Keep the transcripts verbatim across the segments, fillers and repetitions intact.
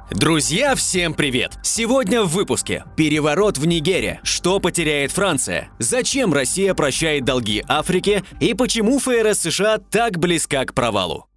Друзья, всем привет! Сегодня в выпуске. Переворот в Нигере. Что потеряет Франция? Зачем Россия прощает долги Африке? И почему ФРС США так близка к провалу?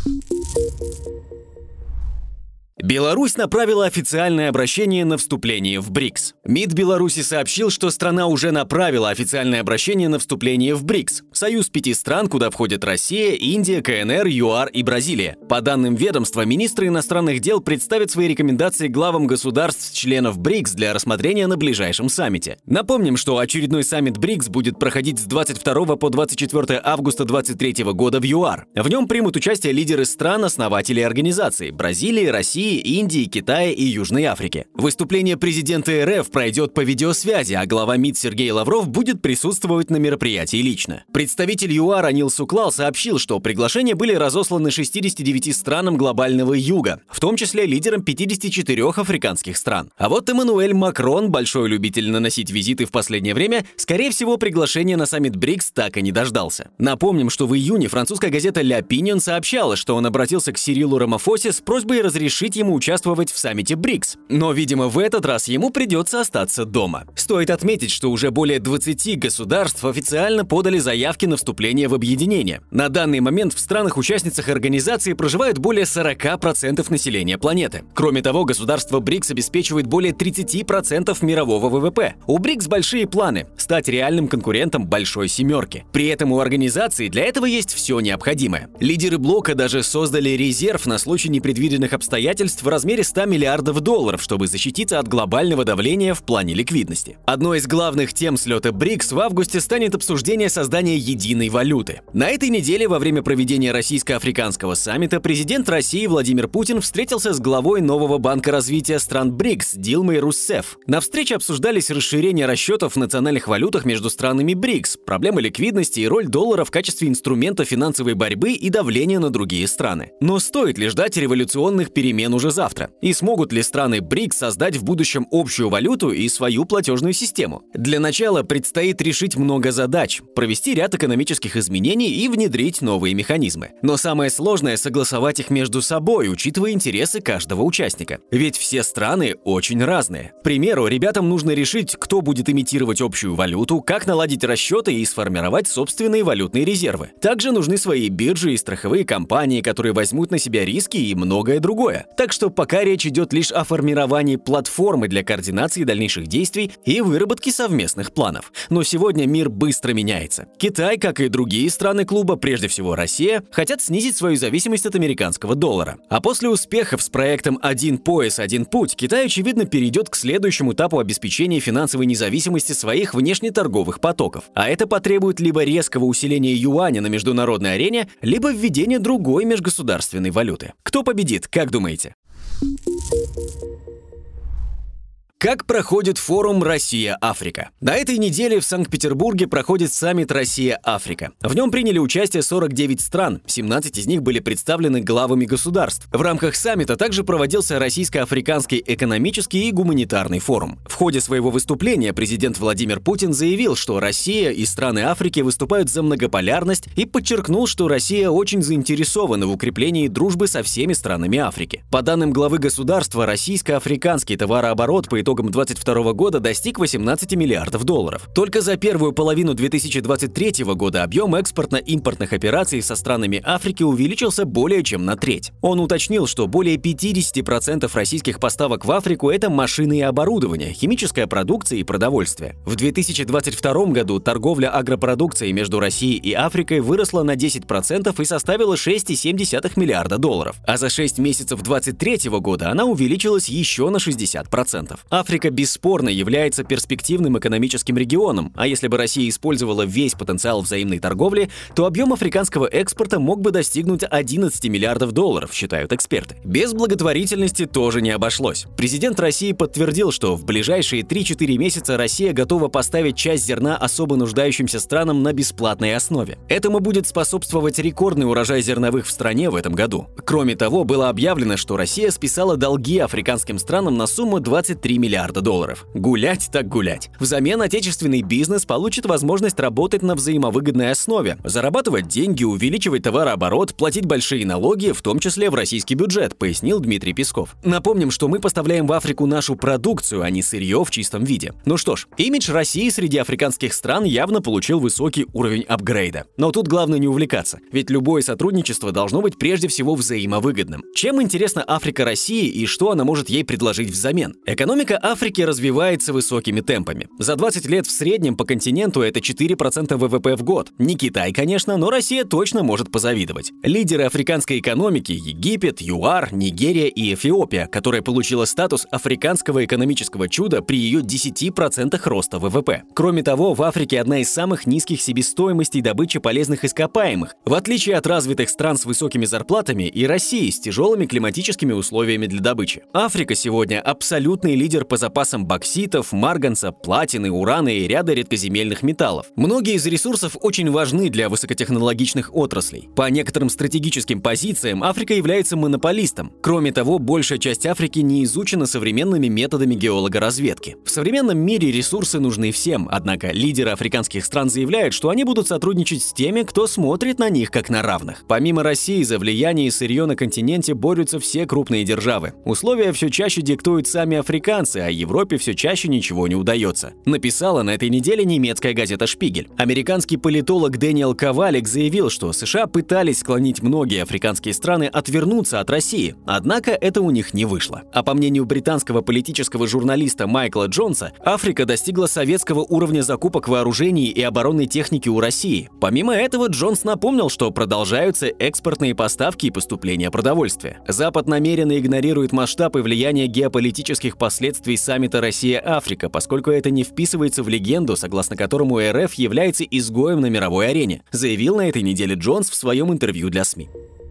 Беларусь направила официальное обращение на вступление в БРИКС. МИД Беларуси сообщил, что страна уже направила официальное обращение на вступление в БРИКС – союз пяти стран, куда входят Россия, Индия, КНР, ЮАР и Бразилия. По данным ведомства, министры иностранных дел представят свои рекомендации главам государств-членов БРИКС для рассмотрения на ближайшем саммите. Напомним, что очередной саммит БРИКС будет проходить с двадцать второго по двадцать четвёртое августа две тысячи двадцать третьего года в ЮАР. В нем примут участие лидеры стран-основателей организации – Бразилии, России, Индии, Китая и Южной Африки. Выступление президента РФ пройдет по видеосвязи, а глава МИД Сергей Лавров будет присутствовать на мероприятии лично. Представитель ЮАР Анил Суклал сообщил, что приглашения были разосланы шестидесяти девяти странам глобального юга, в том числе лидерам пятидесяти четырёх африканских стран. А вот Эммануэль Макрон, большой любитель наносить визиты в последнее время, скорее всего, приглашения на саммит БРИКС так и не дождался. Напомним, что в июне французская газета «Ля Пиньон» сообщала, что он обратился к Сирилу Рамафосе с просьбой разрешить ему участвовать в саммите БРИКС. Но, видимо, в этот раз ему придется остаться дома. Стоит отметить, что уже более двадцати государств официально подали заявки на вступление в объединение. На данный момент в странах-участницах организации проживают более сорока процентов населения планеты. Кроме того, государство БРИКС обеспечивает более тридцати процентов мирового ВВП. У БРИКС большие планы – стать реальным конкурентом Большой Семерки. При этом у организации для этого есть все необходимое. Лидеры блока даже создали резерв на случай непредвиденных обстоятельств в размере ста миллиардов долларов, чтобы защититься от глобального давления в плане ликвидности. Одной из главных тем слета БРИКС в августе станет обсуждение создания единой валюты. На этой неделе во время проведения российско-африканского саммита президент России Владимир Путин встретился с главой нового банка развития стран БРИКС Дилмой Руссефф. На встрече обсуждались расширение расчетов в национальных валютах между странами БРИКС, проблемы ликвидности и роль доллара в качестве инструмента финансовой борьбы и давления на другие страны. Но стоит ли ждать революционных перемен уже завтра? И смогут ли страны БРИКС создать в будущем общую валюту и свою платежную систему? Для начала предстоит решить много задач, провести ряд экономических изменений и внедрить новые механизмы. Но самое сложное – согласовать их между собой, учитывая интересы каждого участника. Ведь все страны очень разные. К примеру, ребятам нужно решить, кто будет имитировать общую валюту, как наладить расчеты и сформировать собственные валютные резервы. Также нужны свои биржи и страховые компании, которые возьмут на себя риски и многое другое. Так что пока речь идет лишь о формировании платформы для координации дальнейших действий и выработки совместных планов. Но сегодня мир быстро меняется. Китай, как и другие страны клуба, прежде всего Россия, хотят снизить свою зависимость от американского доллара. А после успехов с проектом «Один пояс, один путь» Китай, очевидно, перейдет к следующему этапу обеспечения финансовой независимости своих внешнеторговых потоков. А это потребует либо резкого усиления юаня на международной арене, либо введения другой межгосударственной валюты. Кто победит, как думаете? Как проходит форум «Россия-Африка»? На этой неделе в Санкт-Петербурге проходит саммит «Россия-Африка». В нем приняли участие сорок девять стран, семнадцать из них были представлены главами государств. В рамках саммита также проводился Российско-Африканский экономический и гуманитарный форум. В ходе своего выступления президент Владимир Путин заявил, что Россия и страны Африки выступают за многополярность и подчеркнул, что Россия очень заинтересована в укреплении дружбы со всеми странами Африки. По данным главы государства, российско-африканский товарооборот по итогам двадцать второго года достиг восемнадцати миллиардов долларов. Только за первую половину две тысячи двадцать третьего года объем экспортно-импортных операций со странами Африки увеличился более чем на треть. Он уточнил, что более пятидесяти процентов российских поставок в Африку – это машины и оборудование, химическая продукция и продовольствие. В две тысячи двадцать втором году торговля агропродукцией между Россией и Африкой выросла на десять процентов и составила шесть целых семь десятых миллиарда долларов. А за шесть месяцев две тысячи двадцать третьего года она увеличилась еще на шестьдесят процентов. Африка бесспорно является перспективным экономическим регионом, а если бы Россия использовала весь потенциал взаимной торговли, то объем африканского экспорта мог бы достигнуть одиннадцати миллиардов долларов, считают эксперты. Без благотворительности тоже не обошлось. Президент России подтвердил, что в ближайшие три-четыре месяца Россия готова поставить часть зерна особо нуждающимся странам на бесплатной основе. Этому будет способствовать рекордный урожай зерновых в стране в этом году. Кроме того, было объявлено, что Россия списала долги африканским странам на сумму двадцать три миллиарда миллиарда долларов. Гулять так гулять. Взамен отечественный бизнес получит возможность работать на взаимовыгодной основе, зарабатывать деньги, увеличивать товарооборот, платить большие налоги, в том числе в российский бюджет, пояснил Дмитрий Песков. Напомним, что мы поставляем в Африку нашу продукцию, а не сырье в чистом виде. Ну что ж, имидж России среди африканских стран явно получил высокий уровень апгрейда. Но тут главное не увлекаться, ведь любое сотрудничество должно быть прежде всего взаимовыгодным. Чем интересна Африка России и что она может ей предложить взамен? Экономика Африки развивается высокими темпами. За двадцать лет в среднем по континенту это четыре процента вэ вэ пэ в год. Не Китай, конечно, но Россия точно может позавидовать. Лидеры африканской экономики – Египет, ЮАР, Нигерия и Эфиопия, которая получила статус африканского экономического чуда при ее десяти процентах роста вэ вэ пэ. Кроме того, в Африке одна из самых низких себестоимостей добычи полезных ископаемых, в отличие от развитых стран с высокими зарплатами и России с тяжелыми климатическими условиями для добычи. Африка сегодня абсолютный лидер по запасам бокситов, марганца, платины, урана и ряда редкоземельных металлов. Многие из ресурсов очень важны для высокотехнологичных отраслей. По некоторым стратегическим позициям Африка является монополистом. Кроме того, большая часть Африки не изучена современными методами геологоразведки. В современном мире ресурсы нужны всем, однако лидеры африканских стран заявляют, что они будут сотрудничать с теми, кто смотрит на них как на равных. Помимо России, за влияние и сырье на континенте борются все крупные державы. Условия все чаще диктуют сами африканцы, а Европе все чаще ничего не удается. Написала на этой неделе немецкая газета «Шпигель». Американский политолог Дэниел Ковалик заявил, что США пытались склонить многие африканские страны отвернуться от России, однако это у них не вышло. А по мнению британского политического журналиста Майкла Джонса, Африка достигла советского уровня закупок вооружений и оборонной техники у России. Помимо этого, Джонс напомнил, что продолжаются экспортные поставки и поступления продовольствия. Запад намеренно игнорирует масштаб и влияние геополитических последствий саммита Россия-Африка, поскольку это не вписывается в легенду, согласно которому эр эф является изгоем на мировой арене, заявил на этой неделе Джонс в своем интервью для СМИ.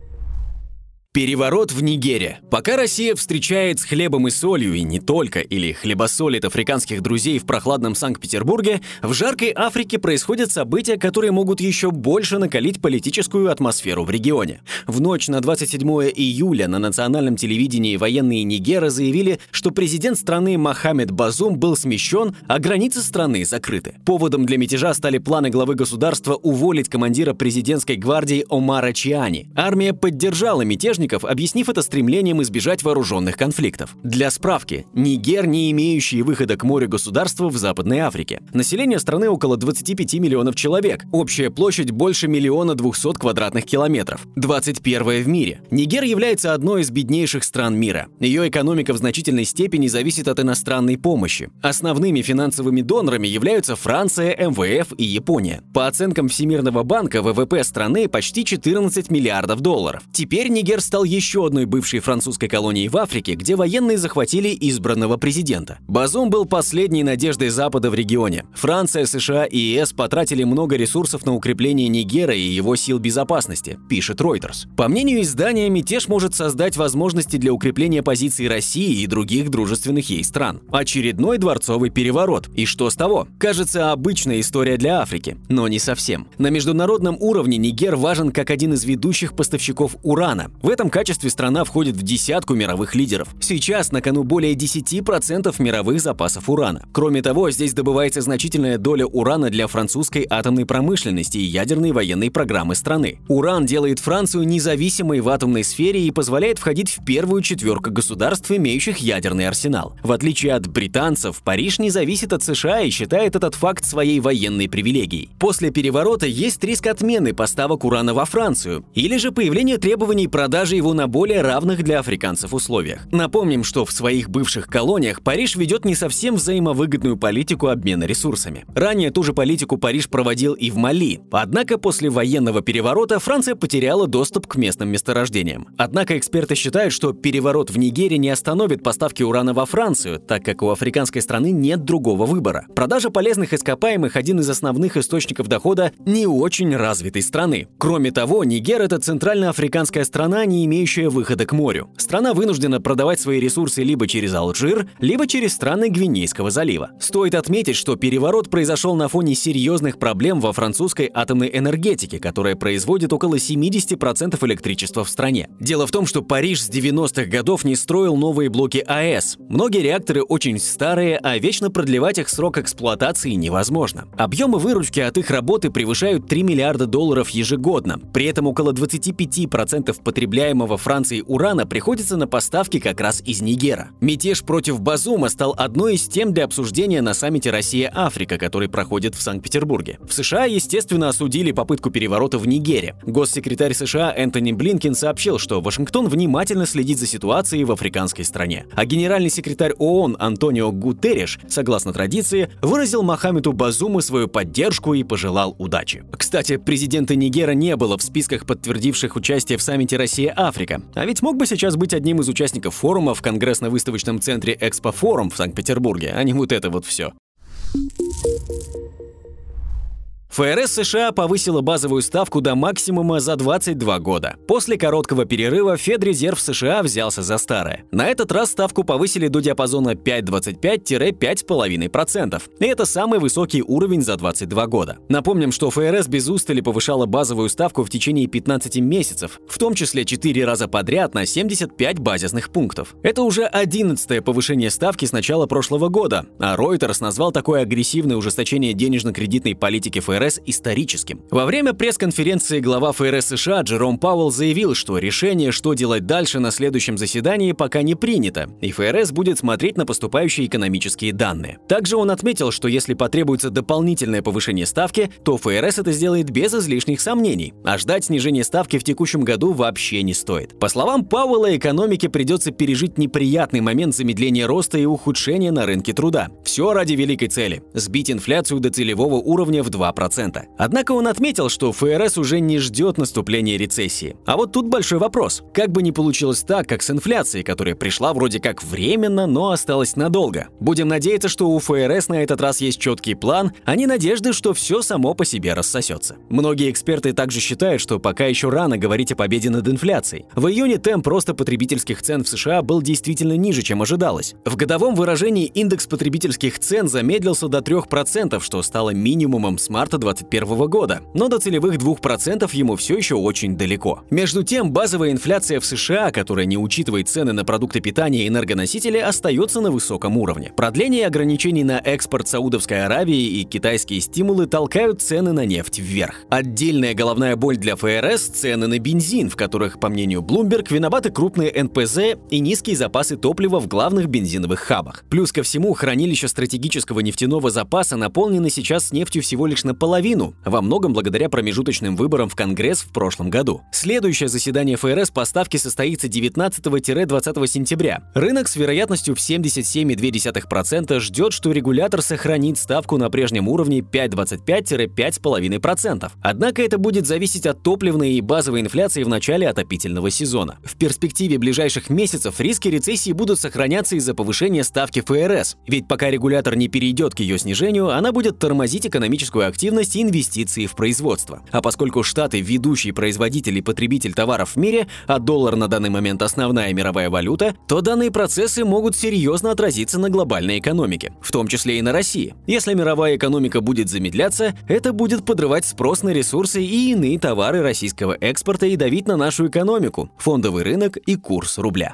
Переворот в Нигере. Пока Россия встречает с хлебом и солью, и не только, или хлебосолит африканских друзей в прохладном Санкт-Петербурге, в жаркой Африке происходят события, которые могут еще больше накалить политическую атмосферу в регионе. В ночь на двадцать седьмое июля на национальном телевидении военные Нигера заявили, что президент страны Мохаммед Базум был смещен, а границы страны закрыты. Поводом для мятежа стали планы главы государства уволить командира президентской гвардии Омара Чиани. Армия поддержала мятежников, объяснив это стремлением избежать вооруженных конфликтов. Для справки, Нигер не имеющий выхода к морю государства в Западной Африке. Население страны около двадцати пяти миллионов человек. Общая площадь больше миллиона двухсот квадратных километров. двадцать первая в мире. Нигер является одной из беднейших стран мира. Ее экономика в значительной степени зависит от иностранной помощи. Основными финансовыми донорами являются Франция, эм вэ эф и Япония. По оценкам Всемирного банка, вэ вэ пэ страны почти четырнадцать миллиардов долларов. Теперь Нигер стал еще одной бывшей французской колонией в Африке, где военные захватили избранного президента. Базум был последней надеждой Запада в регионе. Франция, США и е эс потратили много ресурсов на укрепление Нигера и его сил безопасности, пишет Reuters. По мнению издания, мятеж может создать возможности для укрепления позиций России и других дружественных ей стран. Очередной дворцовый переворот. И что с того? Кажется, обычная история для Африки, но не совсем. На международном уровне Нигер важен как один из ведущих поставщиков урана. В этом качестве страна входит в десятку мировых лидеров. Сейчас на кону более десяти процентов мировых запасов урана. Кроме того, здесь добывается значительная доля урана для французской атомной промышленности и ядерной военной программы страны. Уран делает Францию независимой в атомной сфере и позволяет входить в первую четверку государств, имеющих ядерный арсенал. В отличие от британцев, Париж не зависит от США и считает этот факт своей военной привилегией. После переворота есть риск отмены поставок урана во Францию или же появление требований продажи его на более равных для африканцев условиях. Напомним, что в своих бывших колониях Париж ведет не совсем взаимовыгодную политику обмена ресурсами. Ранее ту же политику Париж проводил и в Мали. Однако после военного переворота Франция потеряла доступ к местным месторождениям. Однако эксперты считают, что переворот в Нигере не остановит поставки урана во Францию, так как у африканской страны нет другого выбора. Продажа полезных ископаемых – один из основных источников дохода не очень развитой страны. Кроме того, Нигер – это центральноафриканская страна, не не имеющая выхода к морю. Страна вынуждена продавать свои ресурсы либо через Алжир, либо через страны Гвинейского залива. Стоит отметить, что переворот произошел на фоне серьезных проблем во французской атомной энергетике, которая производит около семидесяти процентов электричества в стране. Дело в том, что Париж с девяностых годов не строил новые блоки АЭС. Многие реакторы очень старые, а вечно продлевать их срок эксплуатации невозможно. Объемы выручки от их работы превышают три миллиарда долларов ежегодно. При этом около двадцати пяти процентов потребляемого Францией урана приходится на поставки как раз из Нигера. Мятеж против Базума стал одной из тем для обсуждения на саммите Россия-Африка, который проходит в Санкт-Петербурге. В США, естественно, осудили попытку переворота в Нигере. Госсекретарь США Энтони Блинкен сообщил, что Вашингтон внимательно следит за ситуацией в африканской стране. А генеральный секретарь ООН Антонио Гутерриш, согласно традиции, выразил Мохаммеду Базуму свою поддержку и пожелал удачи. Кстати, президента Нигера не было в списках подтвердивших участие в саммите Россия-Африка. А ведь мог бы сейчас быть одним из участников форума в Конгрессно-выставочном центре Экспо-форум в Санкт-Петербурге, а не вот это вот все. ФРС США повысила базовую ставку до максимума за двадцать два года. После короткого перерыва Федрезерв США взялся за старое. На этот раз ставку повысили до диапазона пять целых двадцать пять — пять целых пять десятых процента. И это самый высокий уровень за двадцать два года. Напомним, что ФРС без устали повышала базовую ставку в течение пятнадцати месяцев, в том числе четыре раза подряд на семьдесят пять базисных пунктов. Это уже одиннадцатое повышение ставки с начала прошлого года, а Reuters назвал такое агрессивное ужесточение денежно-кредитной политики ФРС историческим. Во время пресс-конференции глава ФРС США Джером Пауэлл заявил, что решение, что делать дальше на следующем заседании, пока не принято, и ФРС будет смотреть на поступающие экономические данные. Также он отметил, что если потребуется дополнительное повышение ставки, то ФРС это сделает без излишних сомнений, а ждать снижения ставки в текущем году вообще не стоит. По словам Пауэлла, экономике придется пережить неприятный момент замедления роста и ухудшения на рынке труда. Все ради великой цели – сбить инфляцию до целевого уровня в два процента. Однако он отметил, что ФРС уже не ждет наступления рецессии. А вот тут большой вопрос. Как бы ни получилось так, как с инфляцией, которая пришла вроде как временно, но осталась надолго. Будем надеяться, что у ФРС на этот раз есть четкий план, а не надежды, что все само по себе рассосется. Многие эксперты также считают, что пока еще рано говорить о победе над инфляцией. В июне темп роста потребительских цен в США был действительно ниже, чем ожидалось. В годовом выражении индекс потребительских цен замедлился до трёх процентов, что стало минимумом с марта двадцать первого года, но до целевых двух процентов ему все еще очень далеко. Между тем, базовая инфляция в США, которая не учитывает цены на продукты питания и энергоносители, остается на высоком уровне. Продление ограничений на экспорт Саудовской Аравии и китайские стимулы толкают цены на нефть вверх. Отдельная головная боль для ФРС – цены на бензин, в которых, по мнению Bloomberg, виноваты крупные эн пэ зэ и низкие запасы топлива в главных бензиновых хабах. Плюс ко всему, хранилища стратегического нефтяного запаса наполнены сейчас нефтью всего лишь наполовину, во многом благодаря промежуточным выборам в Конгресс в прошлом году. Следующее заседание ФРС по ставке состоится девятнадцатого — двадцатого сентября. Рынок с вероятностью в семьдесят семь целых две десятых процента ждет, что регулятор сохранит ставку на прежнем уровне пять целых двадцать пять — пять целых пять десятых процента. Однако это будет зависеть от топливной и базовой инфляции в начале отопительного сезона. В перспективе ближайших месяцев риски рецессии будут сохраняться из-за повышения ставки ФРС, ведь пока регулятор не перейдет к ее снижению, она будет тормозить экономическую активность и инвестиции в производство. А поскольку Штаты – ведущий производитель и потребитель товаров в мире, а доллар на данный момент основная мировая валюта, то данные процессы могут серьезно отразиться на глобальной экономике, в том числе и на России. Если мировая экономика будет замедляться, это будет подрывать спрос на ресурсы и иные товары российского экспорта и давить на нашу экономику, фондовый рынок и курс рубля.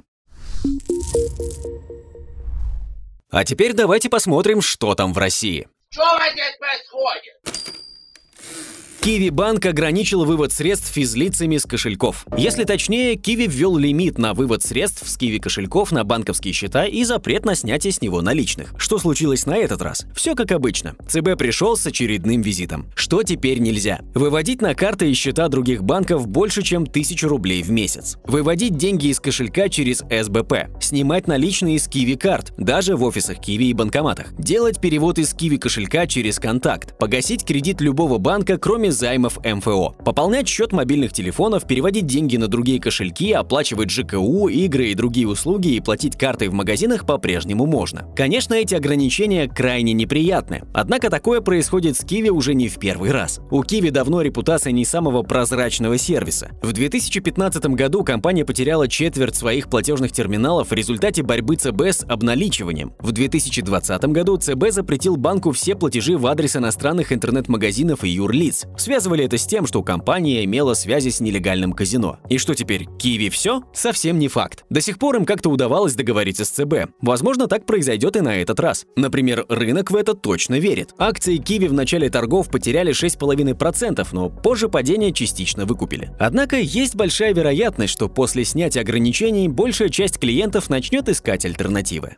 А теперь давайте посмотрим, что там в России. Что здесь происходит? Киви Банк ограничил вывод средств физлицами с кошельков. Если точнее, Киви ввел лимит на вывод средств с Киви кошельков на банковские счета и запрет на снятие с него наличных. Что случилось на этот раз? Все как обычно. ЦБ пришел с очередным визитом. Что теперь нельзя? Выводить на карты и счета других банков больше, чем тысячу рублей в месяц. Выводить деньги из кошелька через эс бэ пэ. Снимать наличные из Киви карт, даже в офисах Киви и банкоматах. Делать перевод из Киви кошелька через контакт. Погасить кредит любого банка, кроме займов эм эф о, пополнять счет мобильных телефонов, переводить деньги на другие кошельки, оплачивать жэ ка у, игры и другие услуги и платить картой в магазинах по-прежнему можно. Конечно, эти ограничения крайне неприятны, однако такое происходит с Kiwi уже не в первый раз. У Kiwi давно репутация не самого прозрачного сервиса. В две тысячи пятнадцатом году компания потеряла четверть своих платежных терминалов в результате борьбы цэ бэ с обналичиванием. В две тысячи двадцатом году цэ бэ запретил банку все платежи в адрес иностранных интернет-магазинов и юрлиц. Связывали это с тем, что компания имела связи с нелегальным казино. И что теперь, Kiwi все? Совсем не факт. До сих пор им как-то удавалось договориться с цэ бэ. Возможно, так произойдет и на этот раз. Например, рынок в это точно верит. Акции Kiwi в начале торгов потеряли шесть целых пять десятых процента, но позже падение частично выкупили. Однако есть большая вероятность, что после снятия ограничений большая часть клиентов начнет искать альтернативы.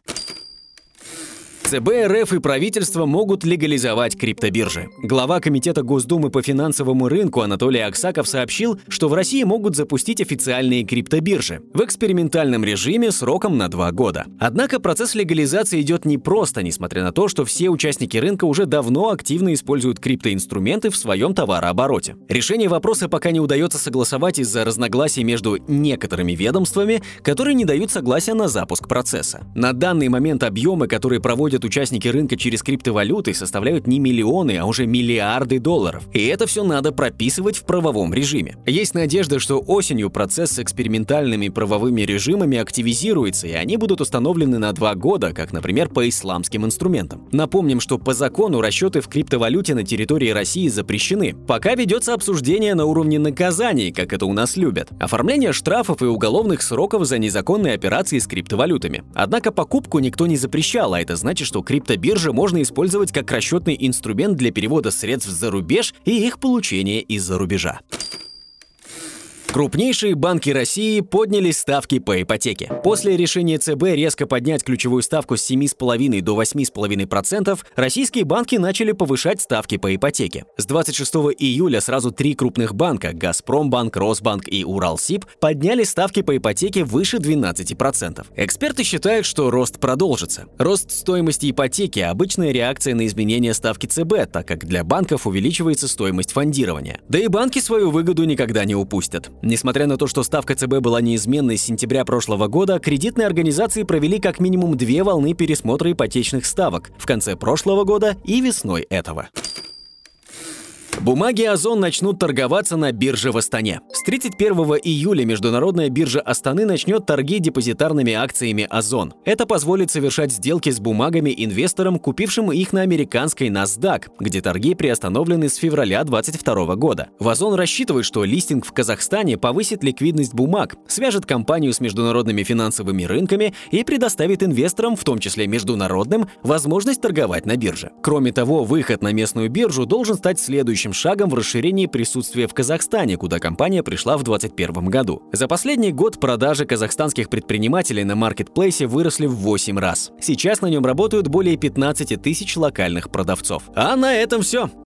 цэ бэ эр эф и правительство могут легализовать криптобиржи. Глава Комитета Госдумы по финансовому рынку Анатолий Аксаков сообщил, что в России могут запустить официальные криптобиржи в экспериментальном режиме сроком на два года. Однако процесс легализации идет непросто, несмотря на то, что все участники рынка уже давно активно используют криптоинструменты в своем товарообороте. Решение вопроса пока не удается согласовать из-за разногласий между некоторыми ведомствами, которые не дают согласия на запуск процесса. На данный момент объемы, которые проводят участники рынка через криптовалюты, составляют не миллионы, а уже миллиарды долларов. И это все надо прописывать в правовом режиме. Есть надежда, что осенью процесс с экспериментальными правовыми режимами активизируется, и они будут установлены на два года, как, например, по исламским инструментам. Напомним, что по закону расчеты в криптовалюте на территории России запрещены. Пока ведется обсуждение на уровне наказаний, как это у нас любят. Оформление штрафов и уголовных сроков за незаконные операции с криптовалютами. Однако покупку никто не запрещал, а это значит, что криптобиржи можно использовать как расчетный инструмент для перевода средств за рубеж и их получения из-за рубежа. Крупнейшие банки России подняли ставки по ипотеке. После решения цэ бэ резко поднять ключевую ставку с семи целых пяти десятых до восьми целых пяти десятых процентов, российские банки начали повышать ставки по ипотеке. С двадцать шестого июля сразу три крупных банка – Газпромбанк, Росбанк и Уралсиб – подняли ставки по ипотеке выше двенадцати процентов. Эксперты считают, что рост продолжится. Рост стоимости ипотеки – обычная реакция на изменение ставки цэ бэ, так как для банков увеличивается стоимость фондирования. Да и банки свою выгоду никогда не упустят. Несмотря на то, что ставка цэ бэ была неизменной с сентября прошлого года, кредитные организации провели как минимум две волны пересмотра ипотечных ставок в конце прошлого года и весной этого. Бумаги Озон начнут торговаться на бирже в Астане. С тридцать первого июля международная биржа Астаны начнет торги депозитарными акциями Озон. Это позволит совершать сделки с бумагами инвесторам, купившим их на американской NASDAQ, где торги приостановлены с февраля две тысячи двадцать второго года. В Озон рассчитывают, что листинг в Казахстане повысит ликвидность бумаг, свяжет компанию с международными финансовыми рынками и предоставит инвесторам, в том числе международным, возможность торговать на бирже. Кроме того, выход на местную биржу должен стать следующим шагом в расширении присутствия в Казахстане, куда компания пришла в две тысячи двадцать первом году. За последний год продажи казахстанских предпринимателей на маркетплейсе выросли в восемь раз. Сейчас на нем работают более пятнадцати тысяч локальных продавцов. А на этом все.